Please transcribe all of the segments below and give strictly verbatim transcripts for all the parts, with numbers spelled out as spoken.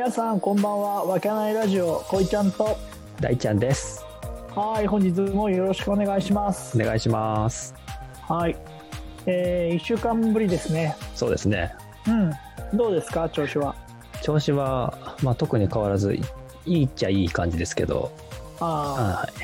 皆さんこんばんは。わけないラジオこいちゃんと大ちゃんです。 はい、本日もよろしくお願いします。 お願いします。 はい、えー、いっしゅうかんぶりですね。 そうですね。 うん、どうですか調子は。 調子は、まあ、特に変わらずいいっちゃいい感じですけど、 あ、 はい、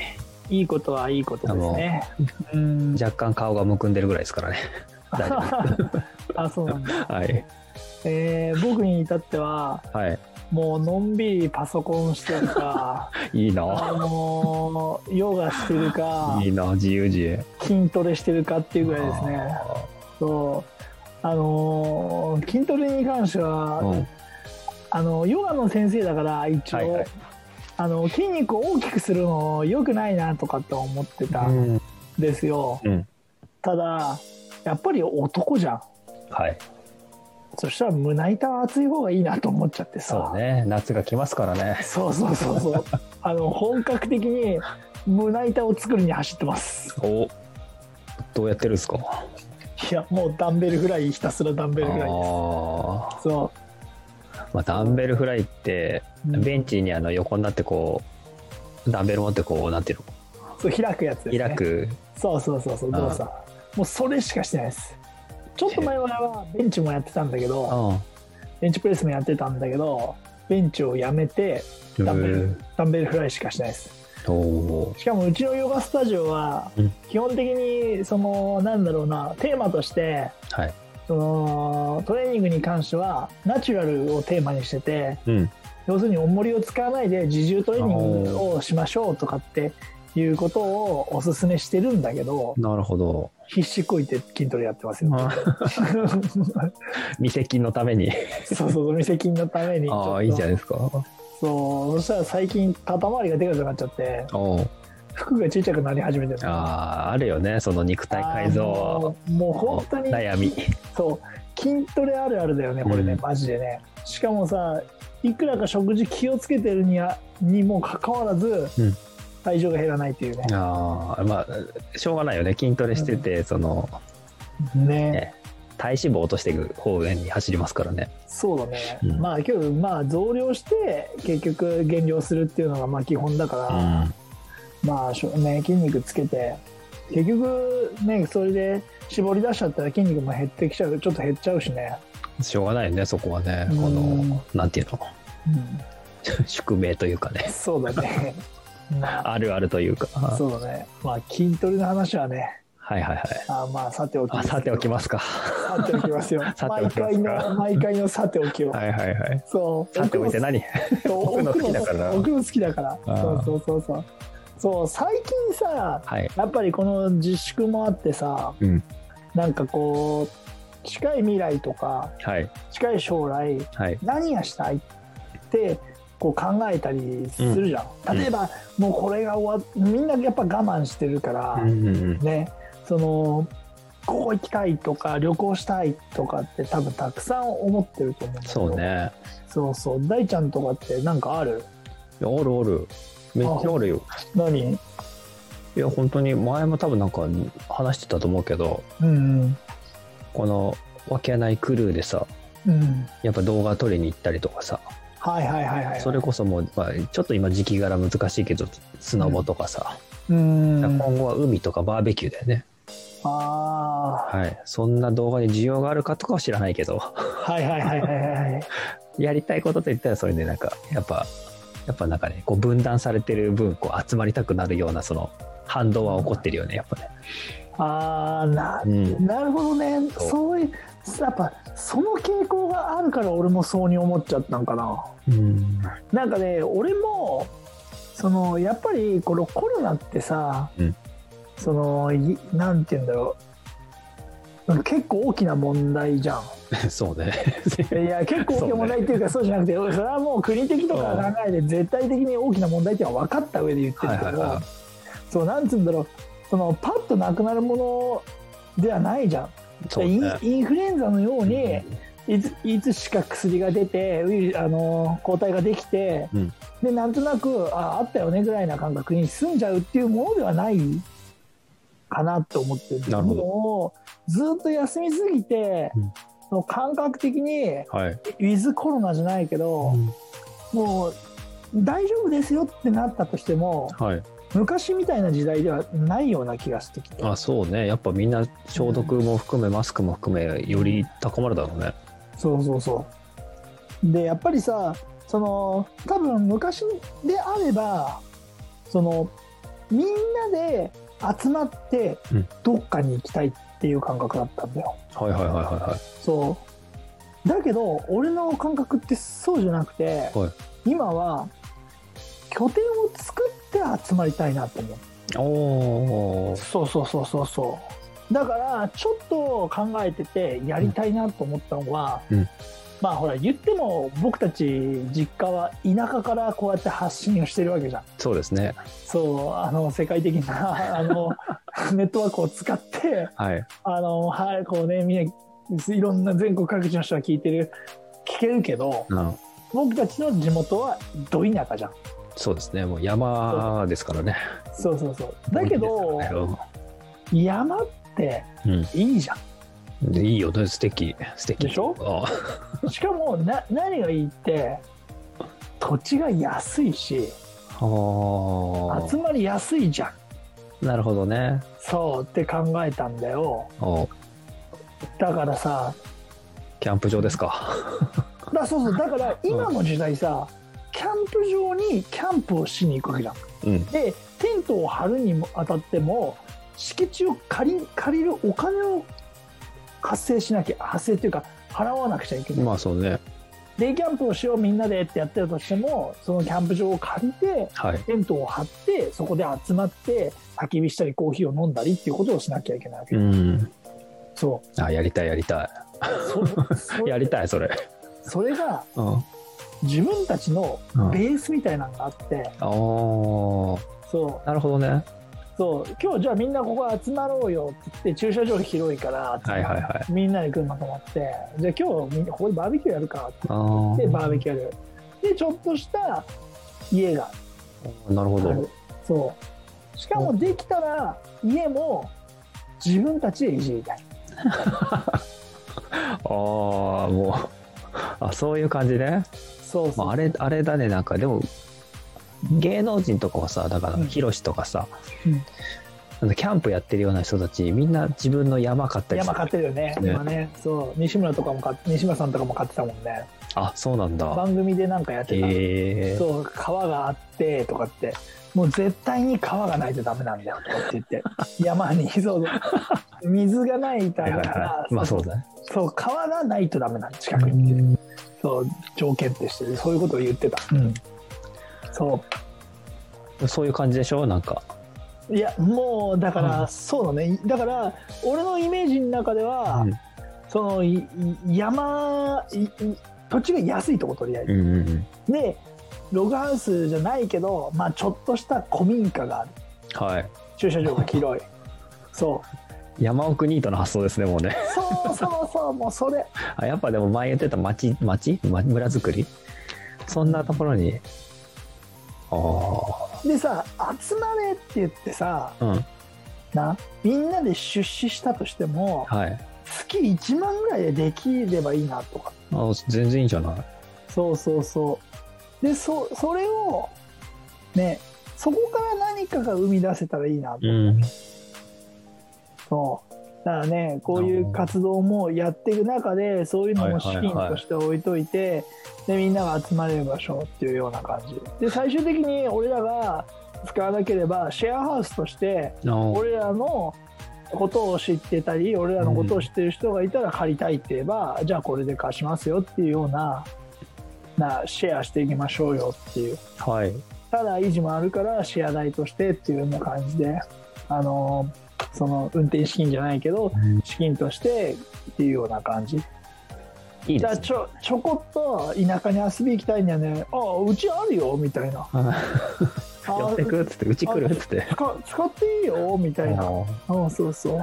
いいことはいいことですね。 うん、若干顔がむくんでるぐらいですからね。大丈夫あ、そうなんだ。 はい、 えー、僕に至っては、はい、もうのんびりパソコンしてるかいいな、 あのー、ヨガしてるか、 いいな、自由自由筋トレしてるかっていうぐらいですね。そうあのー、筋トレに関しては、うん、あのヨガの先生だから一応、はいはい、あの筋肉を大きくするの良くないなとかって思ってたんですよ、うん、ただやっぱり男じゃん。はい。そしたら胸板は厚い方がいいなと思っちゃってさ。 そうね、夏が来ますからね。 そうそうそうそうあの本格的に胸板を作るに走ってます。 お、どうやってるんですか。 いやもうダンベルフライ、ひたすらダンベルフライです。 あ、 そう、 まあ、ダンベルフライってベンチにあの横になってこうダンベル持ってこうなんていうの、 そう開くやつですね。 開く、 そうそうそうそう、動作もうそれしかしてないです。ちょっと前はベンチもやってたんだけど、ベンチプレスもやってたんだけどベンチをやめてダンベル、ダンベルフライしかしてないです。しかもうちのヨガスタジオは基本的にそのなんだろうな、テーマとして、はい、そのトレーニングに関してはナチュラルをテーマにしてて、うん、要するに重りを使わないで自重トレーニングをしましょうとかっていうことをおすすめしてるんだけど、 なるほど、 必死こいて筋トレやってますよ。 未接近のためにそうそう、未接近のために。 ああ、いいじゃないですか。 そう、そしたら最近肩周りがでかくなっちゃって、服が小さくなり始めてる。 ああ、あるよね、その肉体改造。 もう、もう本当に悩み。そう筋トレあるあるだよねこれね、うん、マジでね。しかもさ、いくらか食事気をつけてるにはにもかかわらず、うん、体重が減らないっていうね。 ああ、まあしょうがないよね、筋トレしてて、うん、そのね、ね、 体脂肪を落としていく方面に走りますからね。 そうだね、うん、まあ今日まあ増量して結局減量するっていうのがまあ基本だから、うん、まあね、筋肉つけて結局ね、それで絞り出しちゃったら筋肉も減ってきちゃう、ちょっと減っちゃうしね。 しょうがないよねそこはね、このなんていうの、うん、宿命というかね。 そうだねまあ、 あるあるというか。 そうだね、まあ筋トレの話はね、 はいはいはい。 あ、まあさておきます。 さておきますか。 さておきますよ。毎回の毎回のさておきを。 はいはいはい。 そう。 さておいて何？奥の好きだから。 奥の好きだから。そうそうそうそう。そう最近さ、はい、やっぱりこの自粛もあってさ、うん、なんかこう近い未来とか、はい、近い将来、はい、何がしたいってこう考えたりするじゃん。うん、例えば、うん、もうこれが終わっみんなやっぱ我慢してるから、うんうんうん、ね。そのここ行きたいとか旅行したいとかって多分たくさん思ってると思うんだけど。そうね。そうそう。大ちゃんとかってなんかある？ いや、あるある。めっちゃあるよ。 何？ いや本当に前も多分なんか話してたと思うけど、うんうん、このわけないクルーでさ、うん、やっぱ動画撮りに行ったりとかさ。 はいはいはいはい。 それこそもう、まあ、ちょっと今時期柄難しいけどスノボとかさ、うん、今後は海とかバーベキューだよね。あ、はい、そんな動画に需要があるかとかは知らないけど、はいはいはいはいはい、やりたいことといったらそれでなんかやっぱやっぱなんかね、こう分断されてる分こう集まりたくなるようなその反動は起こってるよねやっぱね。ああ、な、うん、なるほどね。そう、そういうやっぱその傾向があるから俺もそうに思っちゃったんかな。うん、なんかね、俺もそのやっぱりこのコロナってさ、うん、そのなんて言うんだろう、結構大きな問題じゃん。 そうね。 いや結構大きな問題っていうか、そうじゃなくて、それはもう国的とか考えて絶対的に大きな問題っていうのは分かった上で言ってるけど、はいはいはい、そうなんつうんだろう、そのパッとなくなるものではないじゃん。そうね、イン、インフルエンザのように、うん、いついつしか薬が出てウイルあの抗体ができて、うん、でなんとなく あ, あったよねぐらいな感覚に済んじゃうっていうものではないかなって思ってる。なるほど。もうずっと休みすぎて、うん、その感覚的に、はい、ウィズコロナじゃないけど、うん、 もう大丈夫ですよってなったとしても、 はい、 昔みたいな時代ではないような気がしてきて。 あ、そうね。やっぱみんな消毒も含め、うん、マスクも含めより高まるだろうね。 そうそうそう。でやっぱりさ、その多分昔であればそのみんなで集まってどっかに行きたいっていう感覚だったんだよ、 うん、はいはいはいはいはい。 そうだけど俺の感覚ってそうじゃなくて、はい、今は拠点を作って集まりたいなと思う。おー、そうそうそうそうそう。だからちょっと考えててやりたいなと思ったのは、うん、まあほら言っても僕たち実家は田舎からこうやって発信をしてるわけじゃん。 そうですね。 そうあの世界的なあのネットワークを使って、はい、あのはいこうねみんないろんな全国各地の人が聞いてる聞けるけど、うん、僕たちの地元はど田舎じゃん。 そうですね。もう山ですからね。 そうそうそう。だけど山っていいじゃん。 うん、でいいよね。素敵素敵でしょ。しかもな何がいいって土地が安いし集まりやすいじゃん。なるほどね。 そうって考えたんだよ。だからさキャンプ場ですか。 だそうそうだから今の時代さ、うんキャンプ場にキャンプをしに行くわけじゃん、うん、でテントを張るにもあたっても敷地を借り、借りるお金を発生しなきゃ発生っていうか払わなくちゃいけない。 まあそうね。 デイキャンプをしようみんなでってやってるとしてもそのキャンプ場を借りて、はい、テントを張ってそこで集まって焚き火したりコーヒーを飲んだりっていうことをしなきゃいけないわけ、うん、そうあやりたいやりたいやりたいそれそれが、うん自分たちのベースみたいなのがあって、うん、そうなるほどね。 そう今日じゃあみんなここ集まろうよって言って駐車場広いから集ま、はいはいはい、みんなで来るのと思ってじゃあ今日みんなここでバーベキューやるかって言ってバーベキューやるでちょっとした家がなるほど。 そうしかもできたら家も自分たちでいじりたいああもうあそういう感じね。そうそう、まあ、あれあれだね。なんかでも芸能人とかはさだからヒロシとかさ、うん、キャンプやってるような人たちみんな自分の山買ったりする。 山買ってるよ ね, ね今ね。そう西村とかも買西村さんとかも買ってたもんね。 あそうなんだ。 番組でなんかやってた、えー、そう川があってとかってもう絶対に川がないとダメなんだよとかって言って山にそう水がないとダメだから、はいはい、まあそうだね。そう川がないとダメなんだ近くにそう条件ってしてそういうことを言ってた、うん、 そうそういう感じでしょなんか。 いやもうだから、うん、そうだね。だから俺のイメージの中では、うん、その山土地が安いとことりあえず、うんうんうん、でログハウスじゃないけど、まあ、ちょっとした古民家がある、はい、駐車場が広いそう山奥ニートの発想ですねもうね。 そうそうそうもうそれあやっぱでも前言ってた町町村づくりそんなところにあでさ集まれって言ってさ、うん、なみんなで出資したとしても、はい、月いちまんぐらいでできればいいなとか。 あ全然いいんじゃない。 そうそうそうで そ, それをねそこから何かが生み出せたらいいなと、うん、そうだからねこういう活動もやっていく中でそういうのも資金として置いといて、はいはいはい、でみんなが集まれる場所っていうような感じで最終的に俺らが使わなければシェアハウスとして俺らのことを知ってたり俺らのことを知ってる人がいたら借りたいって言えば、うん、じゃあこれで貸しますよっていうようななシェアしていきましょうよっていう、はい、ただ維持もあるからシェア代としてっていうような感じであのその運転資金じゃないけど、うん、資金としてっていうような感じ。いいですね。ちょ、ちょこっと田舎に遊び行きたいんだよね。ああうちあるよみたいな。 寄ってくっつってうち来るっつって使, 使っていいよみたいな。うんそうそう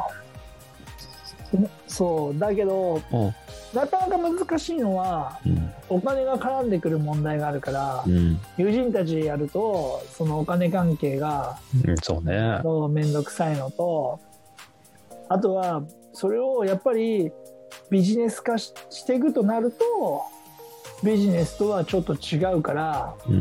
そうだけどなかなか難しいのは、うん、お金が絡んでくる問題があるから、うん、友人たちでやるとそのお金関係が、 うん、そうねめんどくさいのとあとはそれをやっぱりビジネス化 し, していくとなるとビジネスとはちょっと違うから、 うん、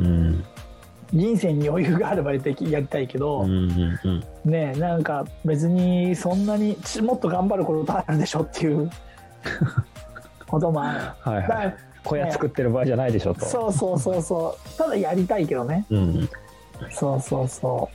人生に余裕があればやりたいけど、 うんうんうん、 ね、なんか別にそんなにもっと頑張ることあるでしょっていうこともある。 はいはい、小屋作ってる場合じゃないでしょと、 ね、そうそうそうそう、ただやりたいけどね、うん、そうそうそう、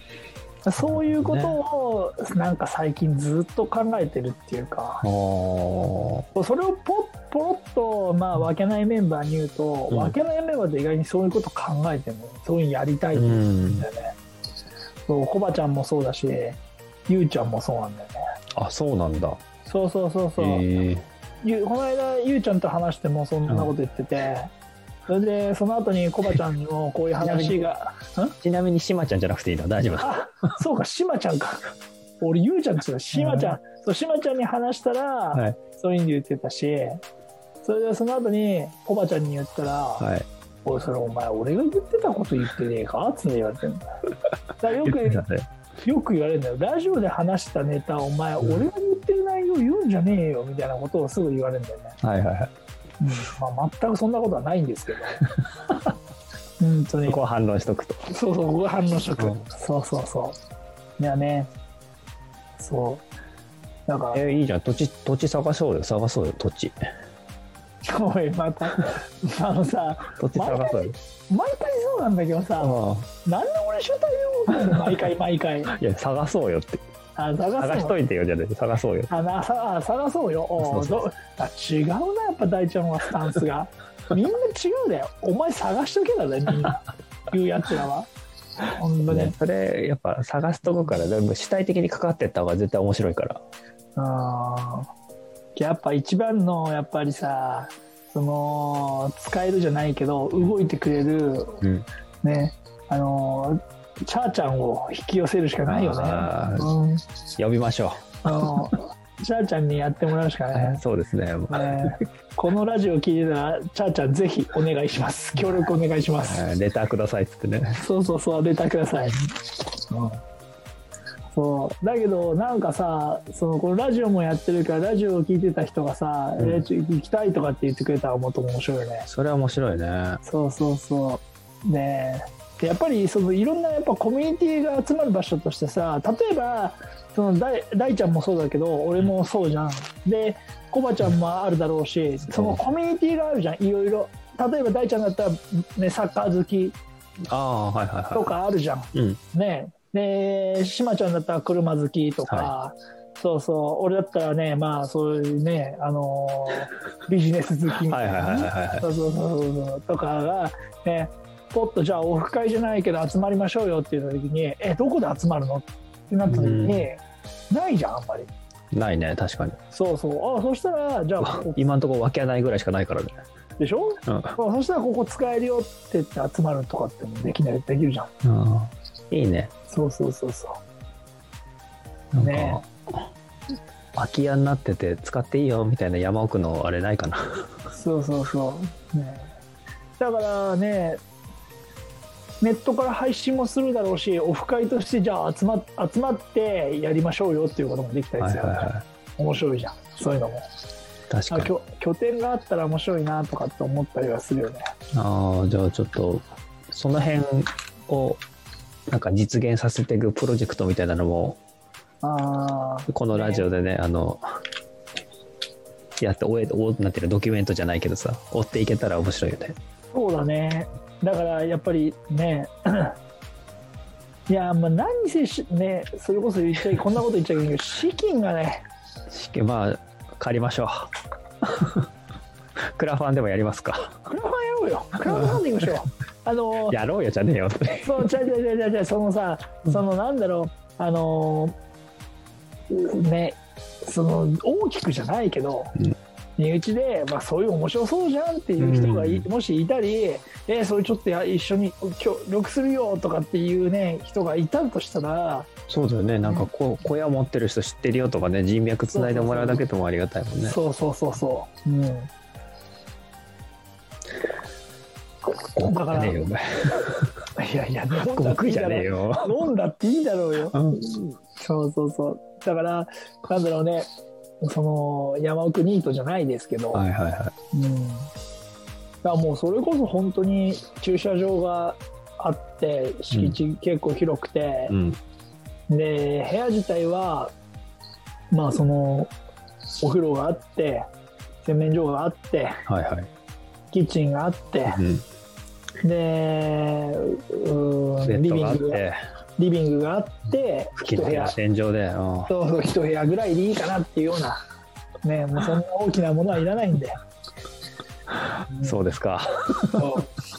そういうことをなんか最近ずっと考えてるっていうか、ね、それをポッポロッとまあ分けないメンバーに言うと、うん、分けないメンバーって意外にそういうこと考えてるの、そういうのやりたいって言うんだよね、うん、そう、コバちゃんもそうだし、ゆうちゃんもそうなんだよね。 あ、そうなんだ。 そうそうそうそう、えー、この間ゆうちゃんと話してもそんなこと言ってて、うん、それでその後にコバちゃんにもこういう話がちなみにしまちゃんじゃなくていいの？大丈夫？ あ、そうか、しまちゃんか。俺ゆうちゃんって言ってた、しまちゃん、そう、しまちゃんに話したら、はい、そういう意味で言ってたし、それでその後にコバちゃんに言ったら、はい、おい、それお前俺が言ってたこと言ってねえかって言われてるんだ。だからよくよく言われるんだよ、ラジオで話したネタお前、うん、俺が言ってる内容言うんじゃねえよみたいなことをすぐ言われるんだよね。 はいはいはい、 うん、まあ、全くそんなことはないんですけど本当にここは反論しとくと。 そうそう、ここは反論しとく、うん、そうそうそう、いやね、そうなんか、 えー、いいじゃん、土地土地探そうよ、探そうよ土地。 おい、またあのさ、 土地探そうよ、 毎回そうなんだけどさ、うん、なんで俺主体を毎回毎回いや、探そうよって、あ、探, 探しといてよ、じゃあ探そうよ、 あなさあ探そうよ、おそうそうそう、あ、違うな、やっぱ大ちゃんはスタンスがみんな違うだよ、お前探しとけだね、みんな言うやつらは本当ね、 それやっぱ探すとこから全部主体的にかかっていった方が絶対面白いから。 あ、やっぱ一番のやっぱりさ、その使えるじゃないけど動いてくれる、うん、ね、あのチャーちゃんを引き寄せるしかないよね、うん、 呼びましょう、あのチャーちゃんにやってもらうしかない、 そうですね、ね、 このラジオ聞いてたらチャーちゃんぜひお願いします、協力お願いします、 レターくださいっつってね、 そうそうそう、レターください、うん、そうだけどなんかさ、そのこのラジオもやってるからラジオを聞いてた人がさ、うん、えー、行きたいとかって言ってくれたらもっと面白いね。 それは面白いね。 そうそうそうね。でやっぱりそのいろんなやっぱコミュニティが集まる場所としてさ、例えばその大大ちゃんもそうだけど俺もそうじゃん、でコバちゃんもあるだろうし、そのコミュニティがあるじゃん、いろいろ。例えば大ちゃんだったら、ね、サッカー好きとかあるじゃん、うん、ね。でしまちゃんだったら車好きとか、はい、そうそう、俺だったらね、まあそういうね、あのー、ビジネス好きみたいな、そうそうそうそうとかがね、ポッとじゃあオフ会じゃないけど集まりましょうよって言った時に、えどこで集まるのってなった時に、ないじゃん、あんまり。 ないね、確かに。 そうそう、あ、そしたらじゃあ今のところ分けないぐらいしかないからね。 でしょ、うん、そしたらここ使えるよって言って集まるとかってもできない、できるじゃん。うん、 いいね。 そうそうそうそうなんか、ね、空き家になってて使っていいよみたいな山奥のあれないかな。 そうそうそう、ね、だからね、ネットから配信もするだろうし、オフ会としてじゃあ集ま、集まってやりましょうよっていうこともできたりする、はいはいはい、面白いじゃん、そういうのも。 確かに拠, 拠点があったら面白いなとかって思ったりはするよね。 ああ、じゃあちょっとその辺をなんか実現させていくプロジェクトみたいなのも、あ、このラジオでね、ね、あのやって追え追なんていうの、ドキュメントじゃないけどさ、追っていけたら面白いよね。 そうだね。だからやっぱりねいや、まあ何せしね、それこそ言っちゃいこんなこと言っちゃいけないけど資金がね、 資金、まあ借りましょうクラファンでもやりますか。 クラファンやろうよ、クラファンファンディングしようあのやろうよじゃねえよそう、じゃじゃじゃじゃじゃそのさ、そのなんだろう、あのね、その大きくじゃないけど、うん、身内で、まあ、そういう面白そうじゃんっていう人がい、うん、もしいたり、えー、それちょっとや一緒に協力するよとかっていうね人がいたとしたら、 そうだよね、なんかこ小屋持ってる人知ってるよとかね、人脈つないでもらうだけでもありがたいもんね。 そうそうそうそう、うん、だからいやいや、 極じゃねえよ、 飲んだっていいだろうよ、うん、そうそうそう、だからなんだろうね、その山奥ニートじゃないですけど、はいはいはい、うん、 やもうそれこそ本当に駐車場があって敷地結構広くて、うん、で部屋自体はまあそのお風呂があって洗面所があって、はいはい、キッチンがあって、うん、でうんリビングがリビングがあって一部屋天井でそうそう一部屋ぐらいでいいかなっていうようなねもうそんな大きなものはいらないんでそうですかそう、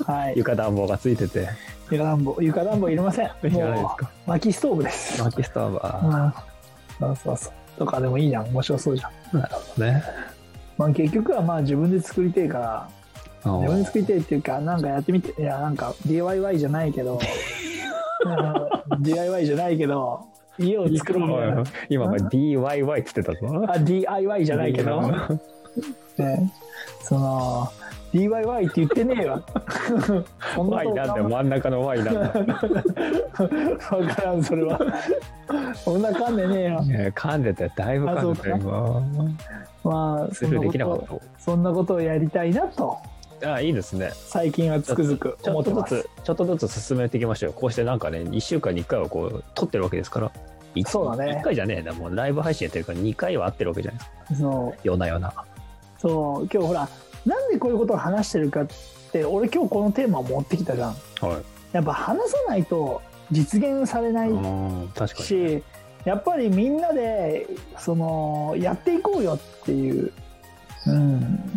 はい、 床暖房がついてて床暖房床暖房いりません。いらないですか。薪ストーブです。 薪ストーブは、 うん、そうそうそうとかでもいいじゃん面白そうじゃん。 なるほどね。まあ結局はまあ自分で作りたいから自分で作りたいっていうかなんかやってみていやなんか ディーアイワイ じゃないけどディーアイワイ じゃないけど家を作ろうみたいな今は ディーワイワイ って言ってたぞ。 あ ディーアイワイ じゃないけどねその ディーワイワイ って言ってねえわそんな Y なんだよ真ん中の Y なんだ分からんそれはそんな噛んでねえよ。 いや噛んでてだいぶ噛んでたよまあスルーできなかった。 そんなことをやりたいなとあいいですね。 最近はつくづく思ってます。 ちょっとずつ進めていきましょう。こうしてなんかねいっしゅうかんにいっかいはこう撮ってるわけですから。 そうだね。 いっかいじゃねえなもうライブ配信やってるからにかいは会ってるわけじゃないですか。そう夜な夜なそう今日ほらなんでこういうことを話してるかって俺今日このテーマを持ってきたじゃん、はい、やっぱ話さないと実現されない確かに、 ね、しやっぱりみんなでそのやっていこうよっていう、うん、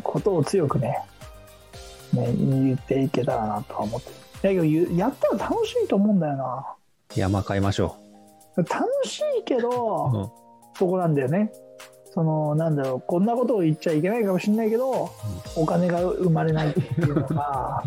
ことを強くねね言っていけたらなとは思ってる。だけどやったら楽しいと思うんだよな。 山買いましょう。楽しいけど、うん、そこなんだよね。そのなんだろうこんなことを言っちゃいけないかもしれないけど、うん、お金が生まれないっていうのが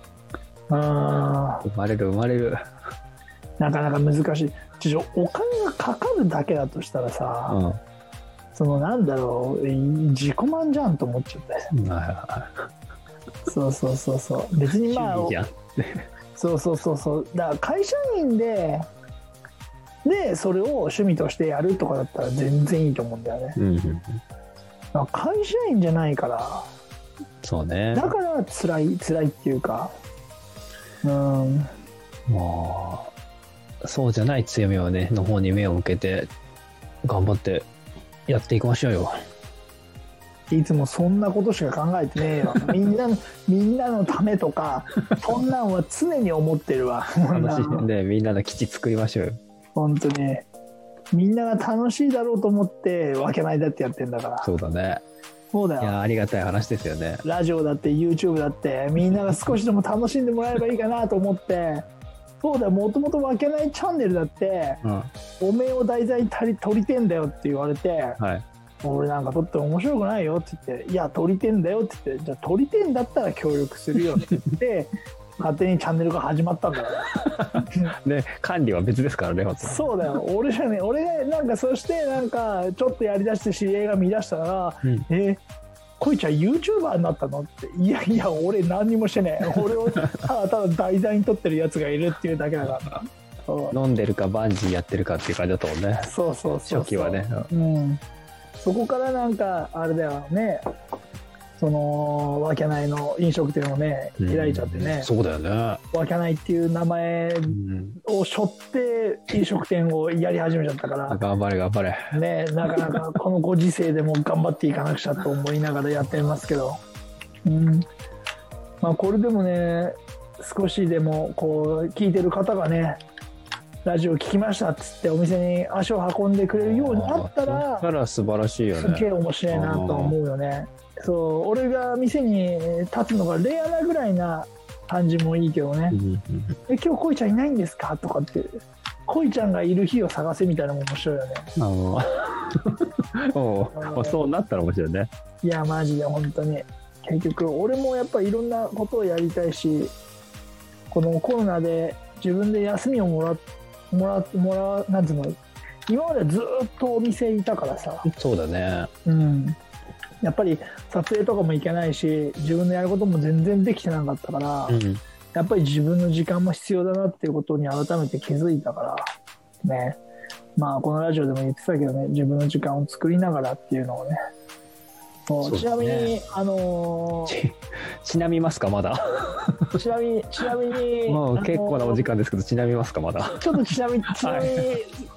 生まれる生まれるなかなか難しい。ちょお金がかかるだけだとしたらさ、うん、そのなんだろう自己満じゃんと思っちゃったよ、うん、そうそうそうそう別にまあそうそうそうそうだから会社員ででそれを趣味としてやるとかだったら全然いいと思うんだよね、うんうんうん、会社員じゃないからそうねだから辛い辛いっていうかうんもうそうじゃない強みをねの方に目を向けて頑張ってやっていきましょうよ。 いつもそんなことしか考えてねえよみんなみんなのためとかそんなんは常に思ってるわ楽しいねみんなの基地作りましょうよ。 本当にみんなが楽しいだろうと思ってわけないだってやってんだから。 そうだねそうだよ。 いやありがたい話ですよね。 ラジオだって YouTube だってみんなが少しでも楽しんでもらえばいいかなと思ってそうだよもともとわけないチャンネルだって、うん、おめえを題材に撮りてんだよって言われて、はい、俺なんか撮って面白くないよって言っていや撮りてんだよって言ってじゃあ撮りてんだったら協力するよって言って勝手にチャンネルが始まったんだからね管理は別ですからね。 そうだよ俺じゃね俺がなんかそしてなんかちょっとやりだして知り合いが見出したら、うん、えこいちゃん YouTuber になったのっていやいや俺何にもしてねえ俺をただただ題材に撮ってるやつがいるっていうだけだから飲んでるかバンジーやってるかっていう感じだと思うね。 そうそうそうそう初期はね、 うん、そこからなんかあれだよねそのわけないの飲食店をね開いちゃってね、 うん、そうだよねわけないっていう名前を背負って飲食店をやり始めちゃったから頑張れ頑張れねなかなかこのご時世でも頑張っていかなくちゃと思いながらやってますけど、うんまあ、これでもね少しでもこう聞いてる方がねラジオ聞きましたっつってお店に足を運んでくれるようになったらそしたら素晴らしいよね。 すげえ面白いなと思うよね。そう俺が店に立つのがレアなぐらいな感じもいいけどね、うんうん、え今日恋ちゃんいないんですかとかって恋ちゃんがいる日を探せみたいなのも面白いよね。 あおそうなったら面白いね。 いやマジで本当に結局俺もやっぱりいろんなことをやりたいしこのコロナで自分で休みをもらもらもらなんていうの今までずっとお店いたからさ。 そうだねうんやっぱり撮影とかも行けないし自分のやることも全然できてなかったから、うん、やっぱり自分の時間も必要だなっていうことに改めて気づいたからねまあこのラジオでも言ってたけどね自分の時間を作りながらっていうのをねそうちなみに、あのー、 ち, ちなみますかまだちなみにちなみにもう結構なお時間ですけど、ちなみますかまだちょっとちなみにちなみに、はい、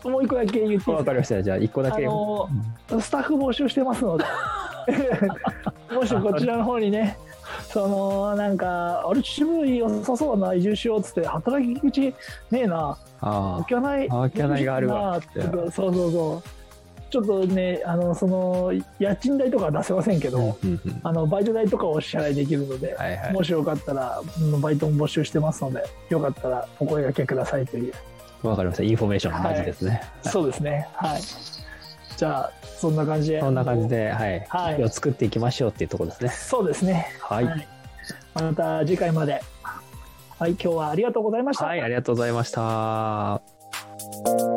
もう一個だけ言っていいですか。 わかりました。じゃあ一個だけ、あのー、スタッフ募集してますのでもしこちらの方にね、そのなんかあれ秩父良さそうな移住しようっつって働き口ねえな、 あ開かない開かないがあるわって、 そうそうそう、ちょっとね、あのその家賃代とかは出せませんけど、うんうんうん、あのバイト代とかをお支払いできるので、はいはい、もしよかったらバイトも募集してますので、よかったらお声掛けくださいという。 わかりました。インフォメーション大事ですね。はいはい、 そうですね。はい。じゃあそんな感じで、 そんな感じで、はい、はい、を作っていきましょうっていうところですね。 そうですね。はい。はい、また次回まで。はい、今日はありがとうございました。 はい、ありがとうございました。